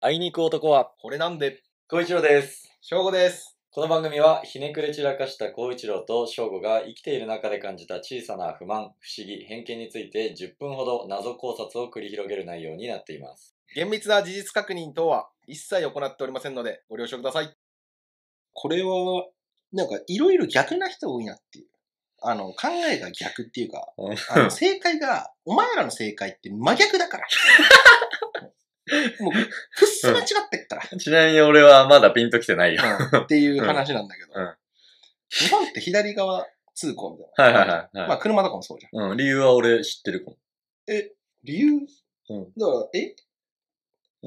あいに行く男は、 これなんで、 孝一郎です。 正午です。 この番組は、ひねくれ散らかした孝一郎と正吾が生きている中で感じた小さな不満、不思議、偏見について10分ほど謎考察を繰り広げる内容になっています。 厳密な事実確認等は一切行っておりませんので、ご了承ください。これは、なんかいろいろ逆な人多いなっていう。考えが逆っていうか、正解が、お前らの正解って真逆だから。もう、ふっす間違ってっから。 ちなみに俺はまだピンときてないよ。 っていう話なんだけど、日本って左側通行みたいな。まあ車とかもそうじゃん。 理由は俺知ってるかも。 理由だから、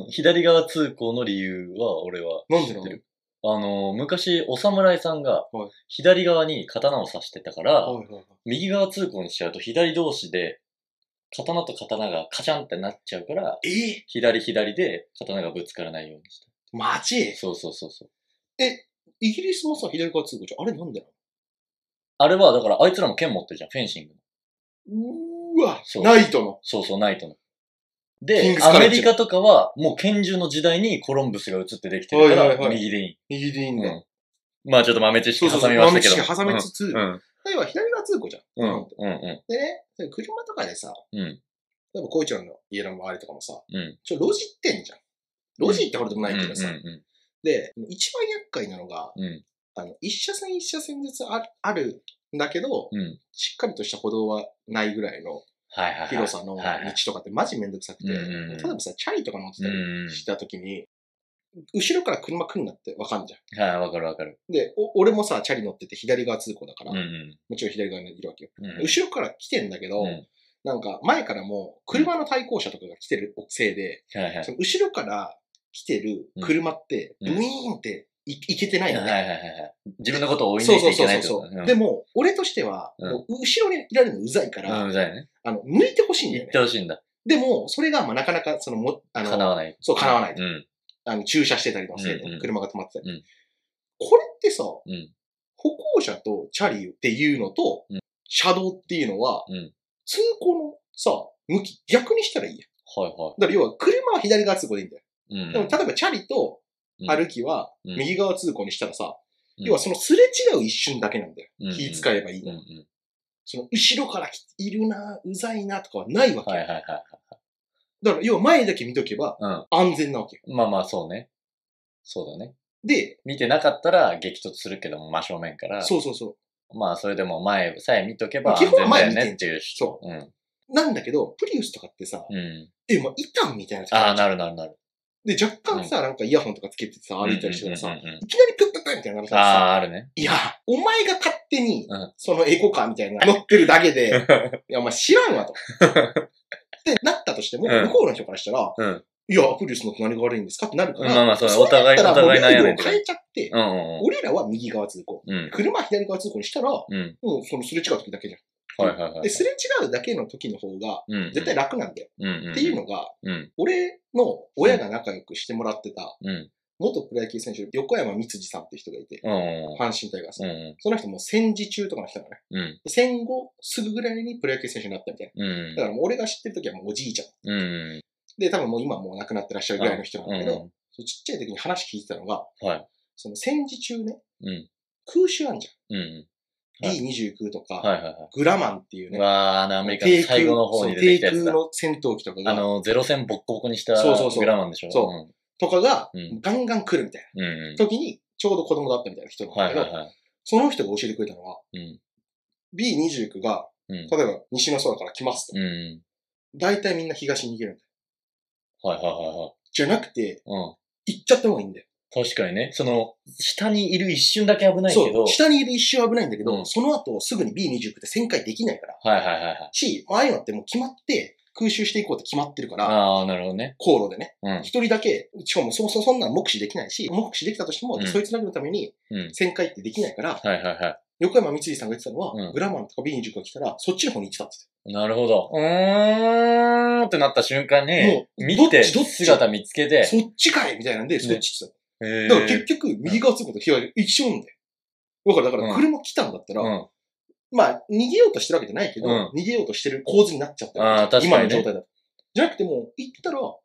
左側通行の理由は俺は知ってる。昔、お侍さんが、左側に刀を刺してたから、右側通行にしちゃうと左同士で、刀と刀がカチャンってなっちゃうから、左で刀がぶつからないようにした。 マジ？ そう。 イギリスもさ、左側通行じゃん。あれなんでなの？ あれは、だからあいつらも剣持ってるじゃん、フェンシングの。 ナイトの。 そう、ナイトの。で、アメリカとかは、もう拳銃の時代にコロンブスが映ってできてるから、右でいい。 右でいいんだ。 まあちょっと豆知識挟みましたけど。 豆知識挟めつつ、例えば左側通行じゃん。でね、車とかでさ、例えばこいちゃんの家の周りとかもさ、路地ってんじゃん。路地ってほどでもないけどさ。で、一番厄介なのが、一車線ずつあるんだけど、しっかりとした歩道はないぐらいの広さの道とかってマジめんどくさくて、例えばさ、チャリとか乗ってたりした時に、後ろから車来るなってわかんじゃん。 はい、わかる。 で、俺もさ、チャリ乗ってて左側通行だから、もちろん左側にいるわけよ。後ろから来てんだけど、なんか前からも車の対向車とかが来てるせいで、その後ろから来てる車って、ウィーンっていけてないのね。 自分のことを追い抜いていけないと。 でも、俺としては、後ろにいられるのうざいから、抜いてほしいんだよね。 行ってほしいんだ。 でも、それがなかなか、叶わない。そう、叶わない。駐車してたりとかして、車が止まってたり。これってさ、歩行者とチャリっていうのと、車道っていうのは、通行のさ、向き、逆にしたらいいや。だから要は、車は左側通行でいいんだよ。でも、例えばチャリと歩きは右側通行にしたらさ、要はそのすれ違う一瞬だけなんだよ。気使えばいいの。その後ろからいるな、うざいなとかはないわけ。だから要は前だけ見とけば安全なわけよ。 まあそうね。そうだね。 で、 見てなかったら激突するけども真正面から。 そう。 まあそれでも前さえ見とけば安全だよねっていう。 そう。なんだけど、プリウスとかってさ、いたんみたいな。 なる。 で、若干さ、なんかイヤホンとかつけてさ、歩いたりしてたらさ、いきなりプップップッみたいなのさ、 あるね。 いや、お前が勝手に、そのエコカーみたいな乗ってるだけで、いや、お前知らんわと。ってなったとしても、向こうの人からしたら、いや、プリウス乗って何が悪いんですかってなるから、 そう、お互い悩んで変えちゃって、俺らは右側通行。車は左側通行にしたら、もうそのすれ違う時だけじゃん。で、すれ違うだけの時の方が、絶対楽なんだよ。っていうのが、俺の親が仲良くしてもらってた、元プロ野球選手、横山光司さんって人がいて、阪神タイガース。その人も戦時中とかの人だね。戦後すぐぐらいにプロ野球選手になったみたいな。だからもう俺が知ってる時はもうおじいちゃん。で、多分もう今もう亡くなってらっしゃるぐらいの人なんだけど、ちっちゃい時に話聞いてたのが、その戦時中ね、空襲あんじゃん。B29 とか、グラマンっていうね。 アメリカの最後の方に出てきたやつだ。 低空の戦闘機とかが。 ゼロ戦ボッコボコにしたグラマンでしょ。 そう。とかが、ガンガン来るみたいな。時に、ちょうど子供だったみたいな人なんだけど、その人が教えてくれたのは、B29 が、例えば西の空から来ますと。大体みんな東に逃げるんだよ。じゃなくて、行っちゃった方がいいんだよ。 確かにね。下にいる一瞬だけ危ないけど。 そう、下にいる一瞬危ないんだけど、その後すぐに B29 って旋回できないから。ああいうのってもう決まって、空襲していこうって決まってるから。 なるほどね。 航路でね。一人だけ、しかもそんなん目視できないし、目視できたとしても、そいつだけのために、旋回ってできないから、横山光司さんが言ってたのは、グラマンとか B29 が来たら、そっちの方に行ってたって言ってた。 なるほど。ってなった瞬間に、見て、姿見つけて。 そっちかいみたいなんで、そっちって言ってた。だから結局、右側通行と左一緒なんだよ。だから車来たんだったら、まあ、逃げようとしてるわけじゃないけど、逃げようとしてる構図になっちゃった。今の状態だと。じゃなくても、行ったら、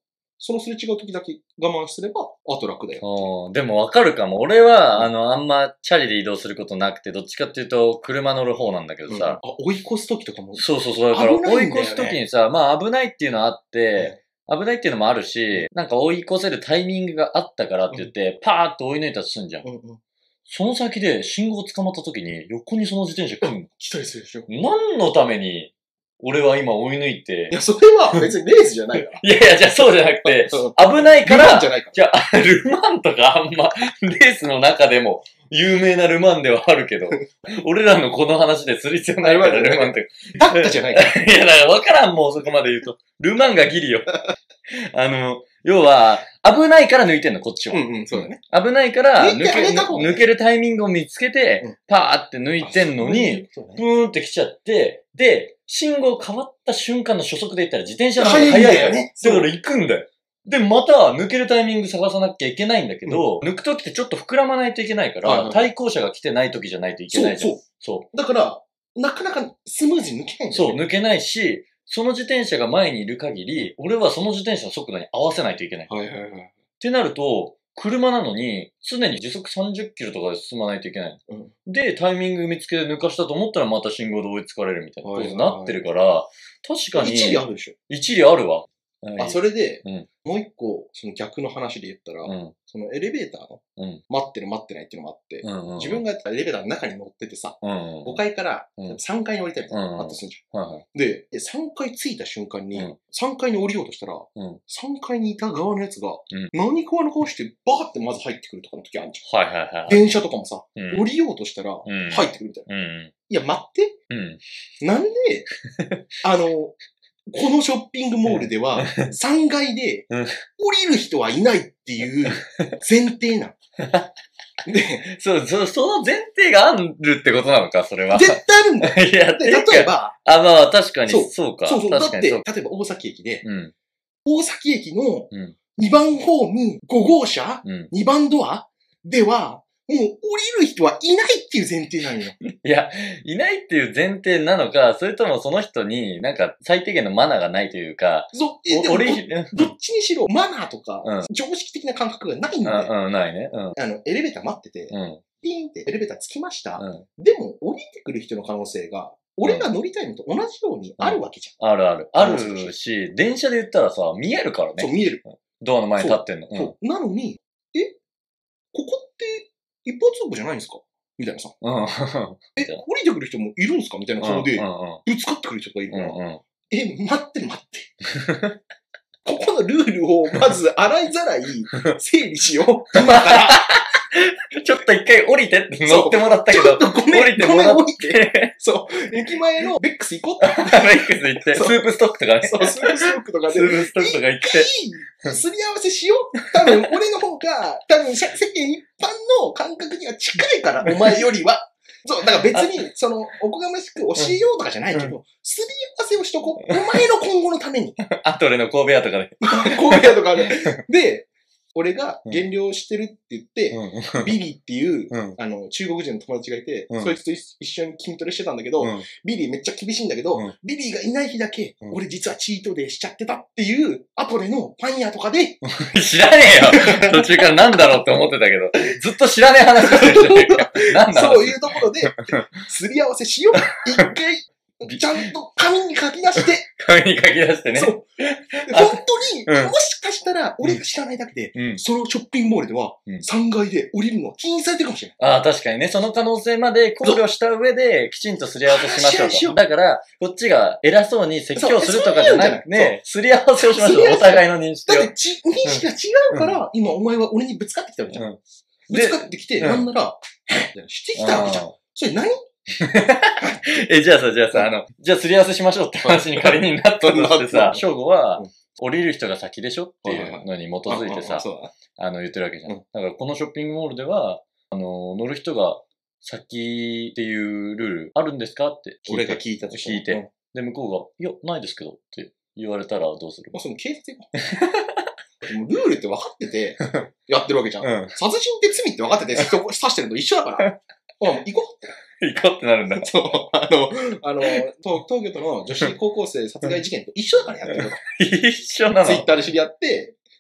そのすれ違う時だけ我慢すれば、あと楽だよ。 でもわかるかも。俺は、あんまチャリで移動することなくて、どっちかっていうと、車乗る方なんだけどさ。 追い越す時とかも。 そう。だから、追い越す時にさ、まあ危ないっていうのはあって、危ないっていうのもあるし、なんか追い越せるタイミングがあったからって言って、パーッと追い抜いたとすんじゃん。その先で信号捕まった時に、横にその自転車来るの。 来たりするでしょ。 何のために、俺は今追い抜いて。 いや、それは別にレースじゃないから。 いや、じゃあそうじゃなくて、危ないから、 ルマンじゃないから。 じゃあ、ルマンとかあんま、レースの中でも、有名なルマンではあるけど、俺らのこの話でする必要ないから、ルマンって。 タッカじゃないから。 いや、だから分からんもん、そこまで言うと。ルマンがギリよ。要は、危ないから抜いてんの、こっちは。 そうだね。 危ないから、抜けるタイミングを見つけて、パーって抜いてんのに、ブーンって来ちゃって、で、信号変わった瞬間の初速で言ったら自転車の方が速いよね。だから行くんだよ。で、また抜けるタイミング探さなきゃいけないんだけど、抜くときってちょっと膨らまないといけないから、対向車が来てないときじゃないといけないじゃん。 そう。だから、なかなかスムーズに抜けないんだよね。 そう、抜けないし、その自転車が前にいる限り、俺はその自転車の速度に合わせないといけない。ってなると、車なのに、常に時速30キロとかで進まないといけない。で、タイミング見つけて抜かしたと思ったらまた信号で追いつかれるみたいなことになってるから、確かに。 一理あるでしょ。 一理あるわ。 それで、もう一個、その逆の話で言ったら、そのエレベーターの、待ってる待ってないっていうのもあって、自分がやったエレベーターの中に乗っててさ、5階から3階に降りたいみたいなのあったとするじゃん。で、3階着いた瞬間に、3階に降りようとしたら、3階にいた側のやつが、何食わぬ顔してバーってまず入ってくるとかの時あるじゃん。電車とかもさ、降りようとしたら入ってくるみたいな。いや、待って。なんで、このショッピングモールでは、3階で降りる人はいないっていう前提なの。 で、その前提があるってことなのか、それは。 絶対あるんだよ。 いや、 例えば。 まあ確かにそうか。 そう。だって、例えば大崎駅で、大崎駅の2番ホーム5号車、2番ドアでは、もう降りる人はいないっていう前提なのよ。 いや、いないっていう前提なのか、それともその人になんか最低限のマナーがないというか、 どっちにしろマナーとか、常識的な感覚がないんだよ。 ないね。 エレベーター待ってて、ピーンってエレベーター着きました。でも降りてくる人の可能性が、俺が乗りたいのと同じようにあるわけじゃん。 あるし、電車で言ったらさ、見えるからね。 そう、見える。 ドアの前に立ってんの。 なのに、ここって、一方通行じゃないんですかみたいなさ。降りてくる人もいるんですかみたいな顔で、ぶつかってくる人がいるから。待って。ここのルールをまず洗いざらい整理しよう。今から。 ちょっと一回降りてって乗ってもらったけど、 ごめん、降りて。そう。駅前のベックス行こうって。 ベックス行って、スープストックとかね。 そう、スープストックとかで。 スープストックとか行って。 すり合わせしよう。多分、俺の方が、世間一般の感覚には近いから、お前よりは。そう、だから別に、おこがましく教えようとかじゃないけど、すり合わせをしとこう。お前の今後のために。 あと俺の神戸屋とかで。 神戸屋とかで。で、俺が減量してるって言って、ビリーっていう、中国人の友達がいて、そいつと一緒に筋トレしてたんだけど、ビリーめっちゃ厳しいんだけど、ビリーがいない日だけ、俺実はチートデーしちゃってたっていう、アポレのパン屋とかで。 知らねえよ途中からなんだろうって思ってたけど、ずっと知らねえ話してるじゃないか。なんだろう。 そういうところで、すり合わせしよう。一回。ちゃんと紙に書き出して。 紙に書き出してね。 そう。本当に、もしかしたら、俺が知らないだけで、そのショッピングモールでは、3階で降りるのは禁止されてるかもしれない。 確かにね。その可能性まで考慮した上で、きちんとすり合わせしましょうと。だから、こっちが偉そうに説教するとかじゃなくて、すり合わせをしましょう。お互いの認識を。 だって、認識が違うから、今お前は俺にぶつかってきたわけじゃん。ぶつかってきて、なんなら、してきたわけじゃん。それ何じゃあさ、じゃあすり合わせしましょうって話に仮になったとしてさ、翔吾は、降りる人が先でしょっていうのに基づいてさ、言ってるわけじゃん。だからこのショッピングモールでは、乗る人が先っていうルールあるんですかって俺が聞いたと聞いて。で、向こうが、いや、ないですけどって言われたらどうする？ その警察ルールって分かってて、やってるわけじゃん。殺人って罪って分かってて、人刺してるの一緒だから。行こうって。 行こうってなるんだ。 そう。東京都の女子高校生殺害事件と一緒だからやってること。 一緒なの？ ツイッターで知り合って、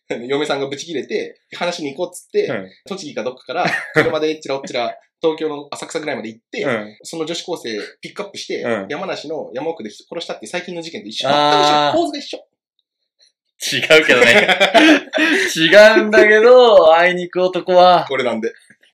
嫁さんがブチ切れて、話に行こうっつって、栃木かどっかから、車でちらおっちら、東京の浅草ぐらいまで行って、その女子高生ピックアップして、山梨の山奥で殺したって最近の事件と一緒。全く一緒。構図が一緒。 違うけどね。違うんだけど、会いに行く男は。 これなんで。